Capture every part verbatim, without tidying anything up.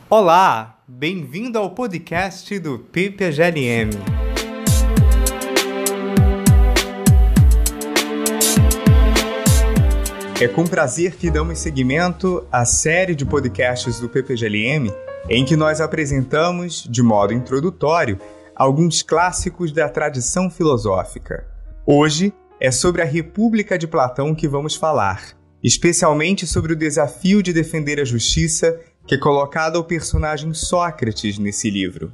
Olá, bem-vindo ao podcast do P P G L M. É com prazer que damos seguimento à série de podcasts do P P G L M, em que nós apresentamos, de modo introdutório, alguns clássicos da tradição filosófica. Hoje é sobre a República de Platão que vamos falar, especialmente sobre o desafio de defender a justiça que é colocado ao personagem Sócrates nesse livro.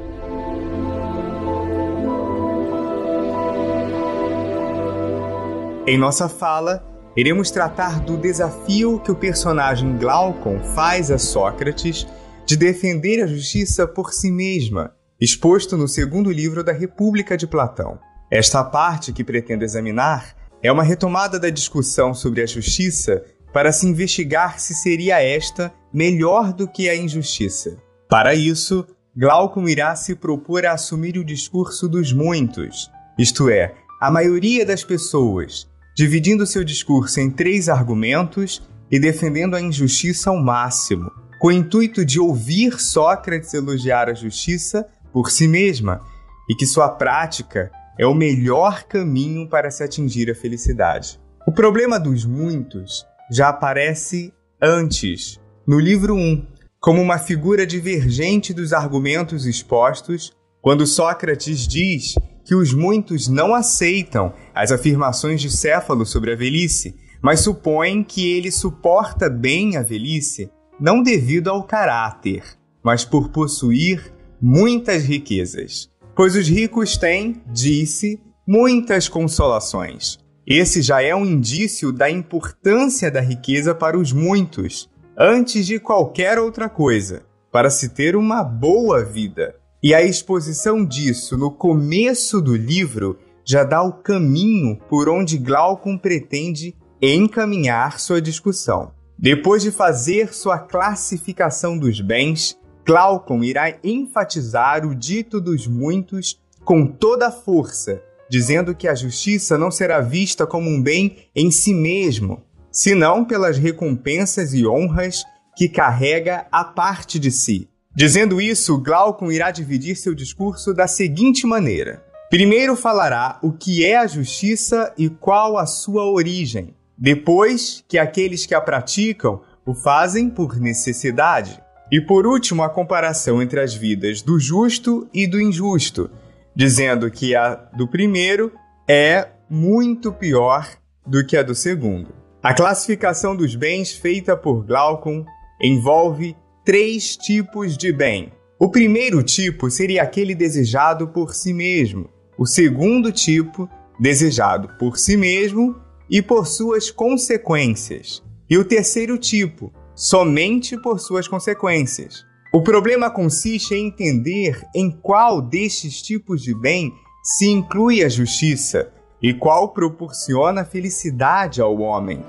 Em nossa fala, iremos tratar do desafio que o personagem Glaucon faz a Sócrates de defender a justiça por si mesma, exposto no segundo livro da República de Platão. Esta parte que pretendo examinar é uma retomada da discussão sobre a justiça para se investigar se seria esta melhor do que a injustiça. Para isso, Glaucon irá se propor a assumir o discurso dos muitos, isto é, a maioria das pessoas, dividindo seu discurso em três argumentos e defendendo a injustiça ao máximo, com o intuito de ouvir Sócrates elogiar a justiça por si mesma e que sua prática é o melhor caminho para se atingir a felicidade. O problema dos muitos já aparece antes, no livro um, como uma figura divergente dos argumentos expostos, quando Sócrates diz que os muitos não aceitam as afirmações de Céfalo sobre a velhice, mas supõem que ele suporta bem a velhice, não devido ao caráter, mas por possuir muitas riquezas. Pois os ricos têm, disse, muitas consolações. Esse já é um indício da importância da riqueza para os muitos, antes de qualquer outra coisa, para se ter uma boa vida. E a exposição disso no começo do livro já dá o caminho por onde Glaucon pretende encaminhar sua discussão. Depois de fazer sua classificação dos bens, Glaucon irá enfatizar o dito dos muitos com toda a força, dizendo que a justiça não será vista como um bem em si mesmo, senão pelas recompensas e honras que carrega a parte de si. Dizendo isso, Glaucon irá dividir seu discurso da seguinte maneira. Primeiro falará o que é a justiça e qual a sua origem. Depois, que aqueles que a praticam o fazem por necessidade. E por último, a comparação entre as vidas do justo e do injusto, dizendo que a do primeiro é muito pior do que a do segundo. A classificação dos bens feita por Glaucon envolve três tipos de bem. O primeiro tipo seria aquele desejado por si mesmo. O segundo tipo, desejado por si mesmo e por suas consequências. E o terceiro tipo, somente por suas consequências. O problema consiste em entender em qual destes tipos de bem se inclui a justiça e qual proporciona felicidade ao homem.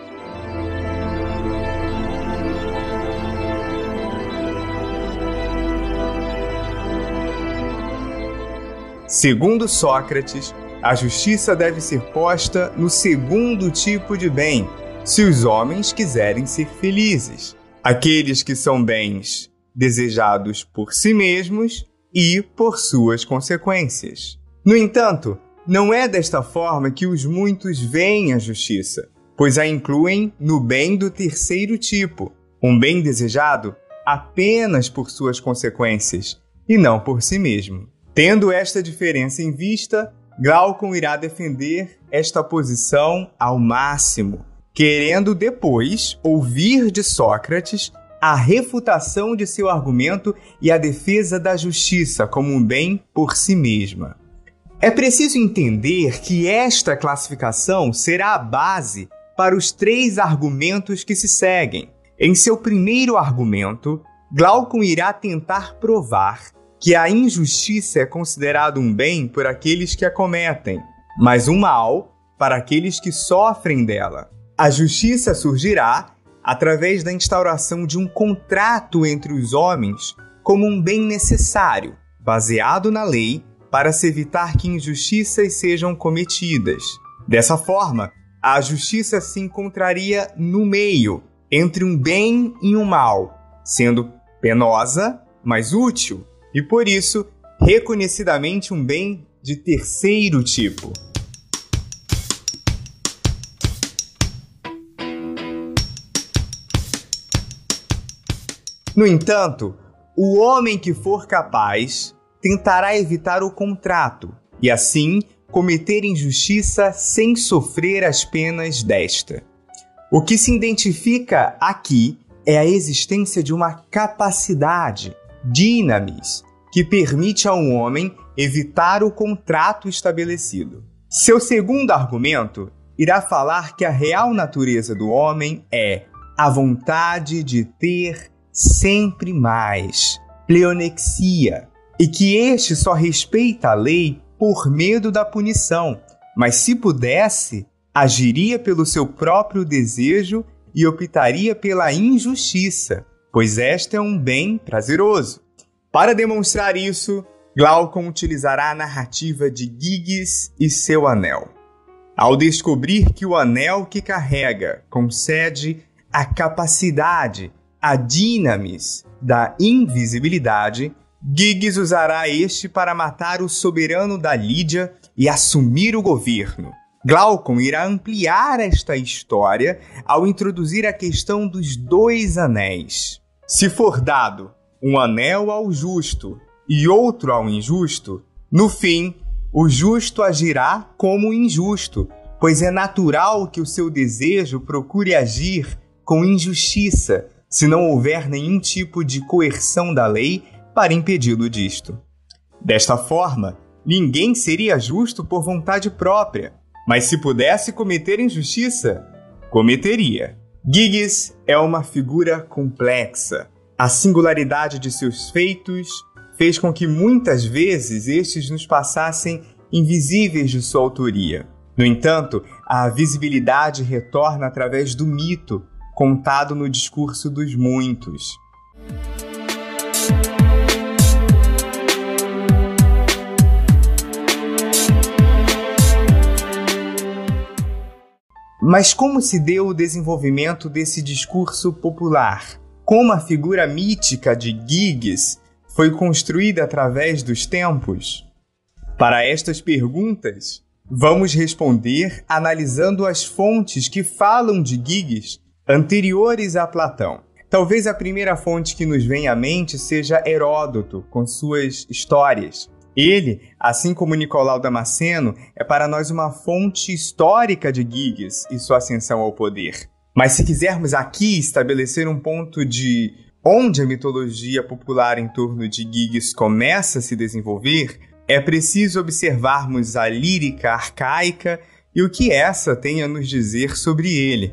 Segundo Sócrates, a justiça deve ser posta no segundo tipo de bem, se os homens quiserem ser felizes. Aqueles que são bens desejados por si mesmos e por suas consequências. No entanto, não é desta forma que os muitos veem a justiça, pois a incluem no bem do terceiro tipo, um bem desejado apenas por suas consequências e não por si mesmo. Tendo esta diferença em vista, Glaucon irá defender esta posição ao máximo, querendo depois ouvir de Sócrates a refutação de seu argumento e a defesa da justiça como um bem por si mesma. É preciso entender que esta classificação será a base para os três argumentos que se seguem. Em seu primeiro argumento, Glaucon irá tentar provar que a injustiça é considerada um bem por aqueles que a cometem, mas um mal para aqueles que sofrem dela. A justiça surgirá através da instauração de um contrato entre os homens como um bem necessário, baseado na lei, para se evitar que injustiças sejam cometidas. Dessa forma, a justiça se encontraria no meio, entre um bem e um mal, sendo penosa, mas útil, e por isso, reconhecidamente um bem de terceiro tipo. No entanto, o homem que for capaz tentará evitar o contrato e, assim, cometer injustiça sem sofrer as penas desta. O que se identifica aqui é a existência de uma capacidade, dinamis, que permite a um homem evitar o contrato estabelecido. Seu segundo argumento irá falar que a real natureza do homem é a vontade de ter sempre mais, pleonexia, e que este só respeita a lei por medo da punição, mas se pudesse, agiria pelo seu próprio desejo e optaria pela injustiça, pois este é um bem prazeroso. Para demonstrar isso, Glaucon utilizará a narrativa de Gyges e seu anel. Ao descobrir que o anel que carrega concede a capacidade, a dinamis da invisibilidade, Gyges usará este para matar o soberano da Lídia e assumir o governo. Glaucon irá ampliar esta história ao introduzir a questão dos dois anéis. Se for dado um anel ao justo e outro ao injusto, no fim, o justo agirá como o injusto, pois é natural que o seu desejo procure agir com injustiça, se não houver nenhum tipo de coerção da lei para impedi-lo disto. Desta forma, ninguém seria justo por vontade própria, mas se pudesse cometer injustiça, cometeria. Gyges é uma figura complexa. A singularidade de seus feitos fez com que muitas vezes estes nos passassem invisíveis de sua autoria. No entanto, a visibilidade retorna através do mito, contado no discurso dos muitos. Mas como se deu o desenvolvimento desse discurso popular? Como a figura mítica de Gyges foi construída através dos tempos? Para estas perguntas, vamos responder analisando as fontes que falam de Gyges anteriores a Platão. Talvez a primeira fonte que nos venha à mente seja Heródoto, com suas histórias. Ele, assim como Nicolau Damasceno, é para nós uma fonte histórica de Gyges e sua ascensão ao poder. Mas se quisermos aqui estabelecer um ponto de onde a mitologia popular em torno de Gyges começa a se desenvolver, é preciso observarmos a lírica arcaica e o que essa tem a nos dizer sobre ele.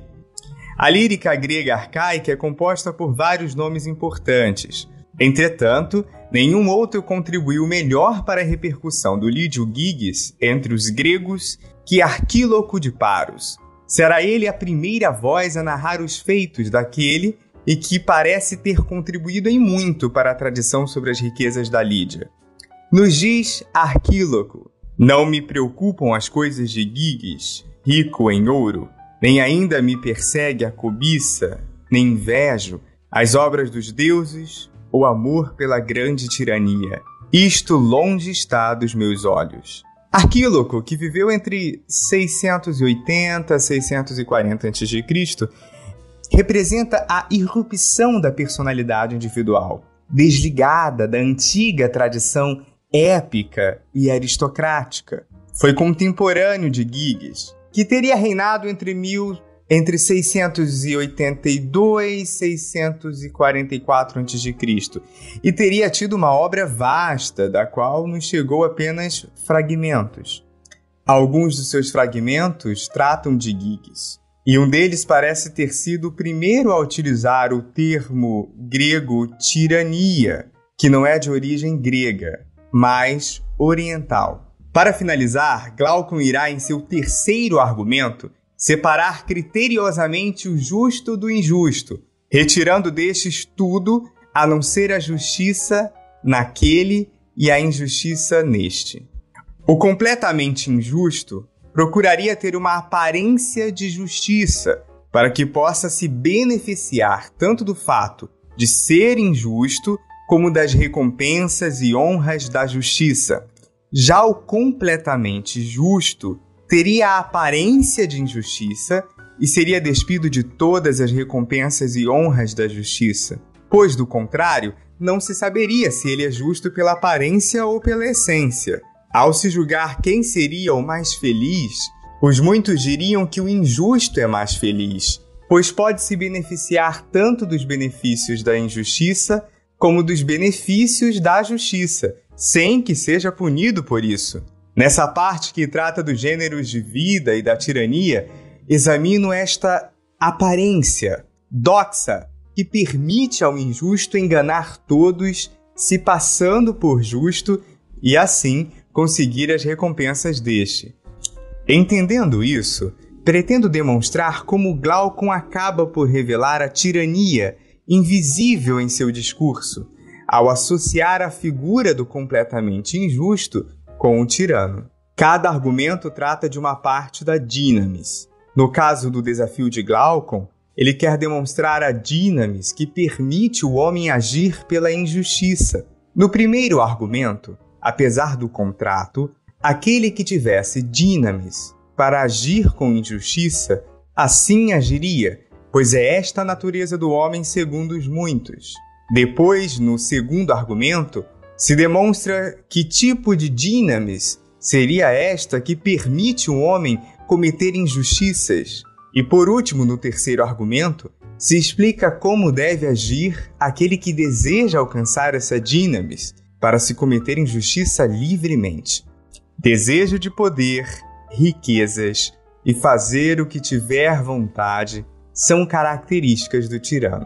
A lírica grega arcaica é composta por vários nomes importantes. Entretanto, nenhum outro contribuiu melhor para a repercussão do lídio Gyges entre os gregos que Arquíloco de Paros. Será ele a primeira voz a narrar os feitos daquele e que parece ter contribuído em muito para a tradição sobre as riquezas da Lídia. Nos diz Arquíloco: não me preocupam as coisas de Gyges, rico em ouro, nem ainda me persegue a cobiça, nem invejo as obras dos deuses ou amor pela grande tirania. Isto longe está dos meus olhos. Arquíloco, que viveu entre seiscentos e oitenta e seiscentos e quarenta antes de Cristo, representa a irrupção da personalidade individual, desligada da antiga tradição épica e aristocrática. Foi contemporâneo de Gyges, que teria reinado entre, mil, entre seiscentos e oitenta e dois e seiscentos e quarenta e quatro antes de Cristo, e teria tido uma obra vasta, da qual nos chegou apenas fragmentos. Alguns dos seus fragmentos tratam de Gyges, e um deles parece ter sido o primeiro a utilizar o termo grego tirania, que não é de origem grega, mas oriental. Para finalizar, Glaucon irá, em seu terceiro argumento, separar criteriosamente o justo do injusto, retirando destes tudo a não ser a justiça naquele e a injustiça neste. O completamente injusto procuraria ter uma aparência de justiça para que possa se beneficiar tanto do fato de ser injusto, como das recompensas e honras da justiça. Já o completamente justo teria a aparência de injustiça e seria despido de todas as recompensas e honras da justiça, pois, do contrário, não se saberia se ele é justo pela aparência ou pela essência. Ao se julgar quem seria o mais feliz, os muitos diriam que o injusto é mais feliz, pois pode se beneficiar tanto dos benefícios da injustiça como dos benefícios da justiça, sem que seja punido por isso. Nessa parte que trata dos gêneros de vida e da tirania, examino esta aparência, doxa, que permite ao injusto enganar todos, se passando por justo e, assim, conseguir as recompensas deste. Entendendo isso, pretendo demonstrar como Glaucon acaba por revelar a tirania invisível em seu discurso, ao associar a figura do completamente injusto com o tirano. Cada argumento trata de uma parte da dinamis. No caso do desafio de Glaucon, ele quer demonstrar a dinamis que permite o homem agir pela injustiça. No primeiro argumento, apesar do contrato, aquele que tivesse dinamis para agir com injustiça, assim agiria, pois é esta a natureza do homem segundo os muitos. Depois, no segundo argumento, se demonstra que tipo de dinamis seria esta que permite o homem cometer injustiças. E por último, no terceiro argumento, se explica como deve agir aquele que deseja alcançar essa dinamis para se cometer injustiça livremente. Desejo de poder, riquezas e fazer o que tiver vontade são características do tirano.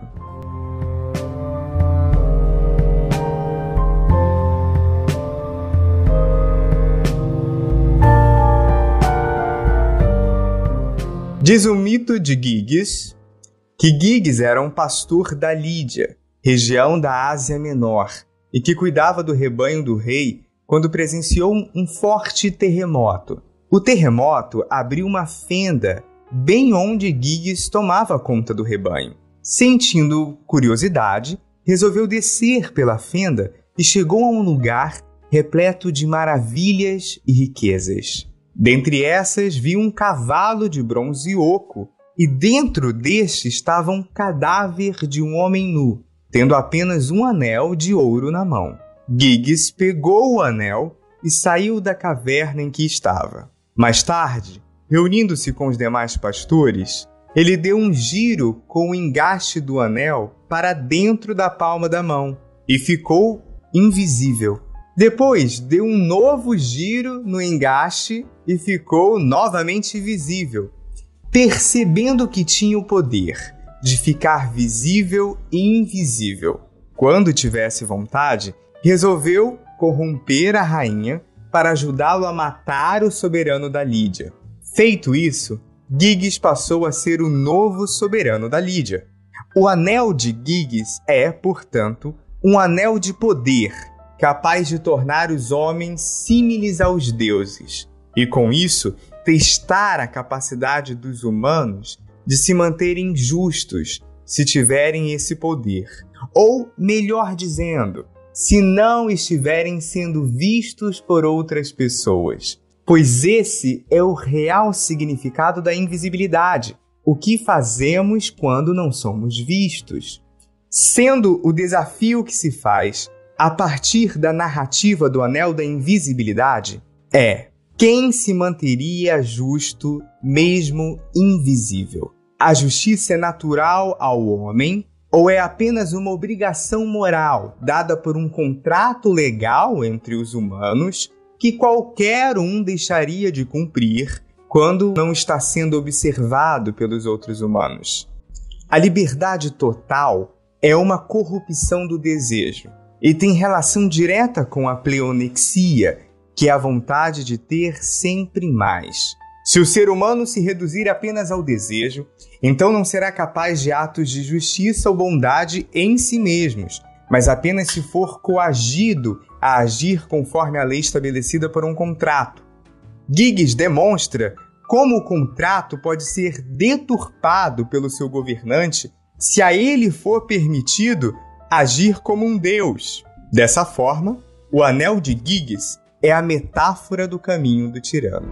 Diz o mito de Giges que Giges era um pastor da Lídia, região da Ásia Menor, e que cuidava do rebanho do rei quando presenciou um forte terremoto. O terremoto abriu uma fenda bem onde Giges tomava conta do rebanho. Sentindo curiosidade, resolveu descer pela fenda e chegou a um lugar repleto de maravilhas e riquezas. Dentre essas, viu um cavalo de bronze oco, e dentro deste estava um cadáver de um homem nu, tendo apenas um anel de ouro na mão. Giges pegou o anel e saiu da caverna em que estava. Mais tarde, reunindo-se com os demais pastores, ele deu um giro com o engaste do anel para dentro da palma da mão e ficou invisível. Depois, deu um novo giro no engaste e ficou novamente visível, percebendo que tinha o poder de ficar visível e invisível. Quando tivesse vontade, resolveu corromper a rainha para ajudá-lo a matar o soberano da Lídia. Feito isso, Giges passou a ser o novo soberano da Lídia. O anel de Giges é, portanto, um anel de poder, capaz de tornar os homens símiles aos deuses, e com isso testar a capacidade dos humanos de se manterem justos se tiverem esse poder, ou, melhor dizendo, se não estiverem sendo vistos por outras pessoas, pois esse é o real significado da invisibilidade, o que fazemos quando não somos vistos. Sendo o desafio que se faz a partir da narrativa do Anel da Invisibilidade, é quem se manteria justo mesmo invisível? A justiça é natural ao homem ou é apenas uma obrigação moral dada por um contrato legal entre os humanos que qualquer um deixaria de cumprir quando não está sendo observado pelos outros humanos? A liberdade total é uma corrupção do desejo e tem relação direta com a pleonexia, que é a vontade de ter sempre mais. Se o ser humano se reduzir apenas ao desejo, então não será capaz de atos de justiça ou bondade em si mesmos, mas apenas se for coagido a agir conforme a lei estabelecida por um contrato. Giges demonstra como o contrato pode ser deturpado pelo seu governante se a ele for permitido agir como um deus. Dessa forma, o Anel de Giges é a metáfora do caminho do tirano.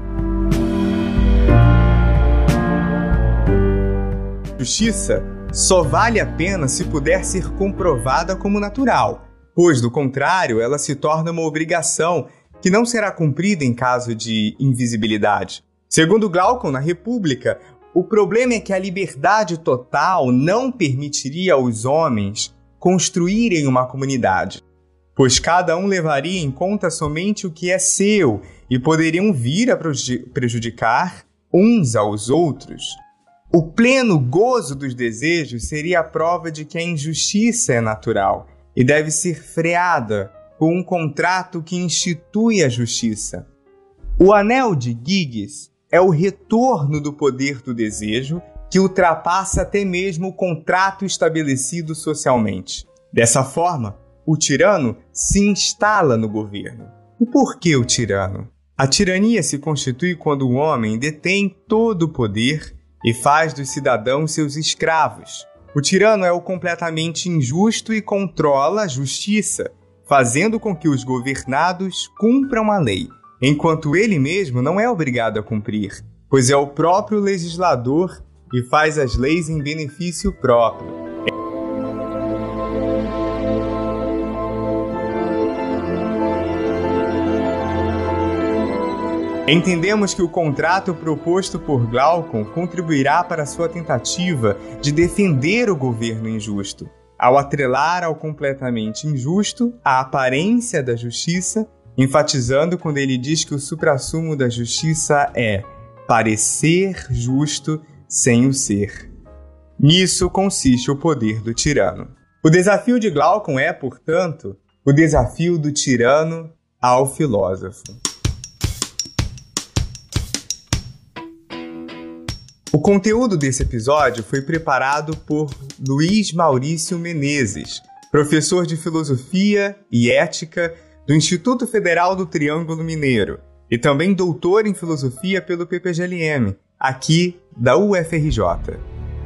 Justiça só vale a pena se puder ser comprovada como natural, pois, do contrário, ela se torna uma obrigação que não será cumprida em caso de invisibilidade. Segundo Glaucon, na República, o problema é que a liberdade total não permitiria aos homens construírem uma comunidade, pois cada um levaria em conta somente o que é seu e poderiam vir a prejudicar uns aos outros. O pleno gozo dos desejos seria a prova de que a injustiça é natural e deve ser freada com um contrato que institui a justiça. O Anel de Giges é o retorno do poder do desejo que ultrapassa até mesmo o contrato estabelecido socialmente. Dessa forma, o tirano se instala no governo. E por que o tirano? A tirania se constitui quando o homem detém todo o poder e faz dos cidadãos seus escravos. O tirano é o completamente injusto e controla a justiça, fazendo com que os governados cumpram a lei, enquanto ele mesmo não é obrigado a cumprir, pois é o próprio legislador e faz as leis em benefício próprio. Entendemos que o contrato proposto por Glaucon contribuirá para sua tentativa de defender o governo injusto, ao atrelar ao completamente injusto a aparência da justiça, enfatizando quando ele diz que o suprassumo da justiça é parecer justo sem o ser. Nisso consiste o poder do tirano. O desafio de Glaucon é, portanto, o desafio do tirano ao filósofo. O conteúdo desse episódio foi preparado por Luiz Maurício Menezes, professor de Filosofia e Ética do Instituto Federal do Triângulo Mineiro e também doutor em Filosofia pelo P P G L M, aqui da U F R J.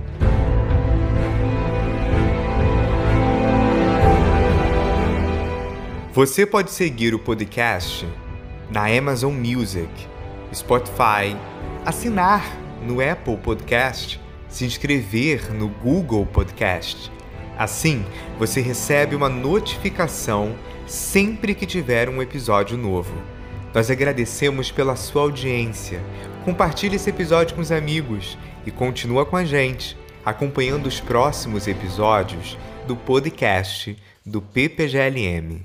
Você pode seguir o podcast na Amazon Music, Spotify, assinar no Apple Podcast, se inscrever no Google Podcast. Assim, você recebe uma notificação sempre que tiver um episódio novo. Nós agradecemos pela sua audiência. Compartilhe esse episódio com os amigos e continua com a gente, acompanhando os próximos episódios do podcast do P P G L M.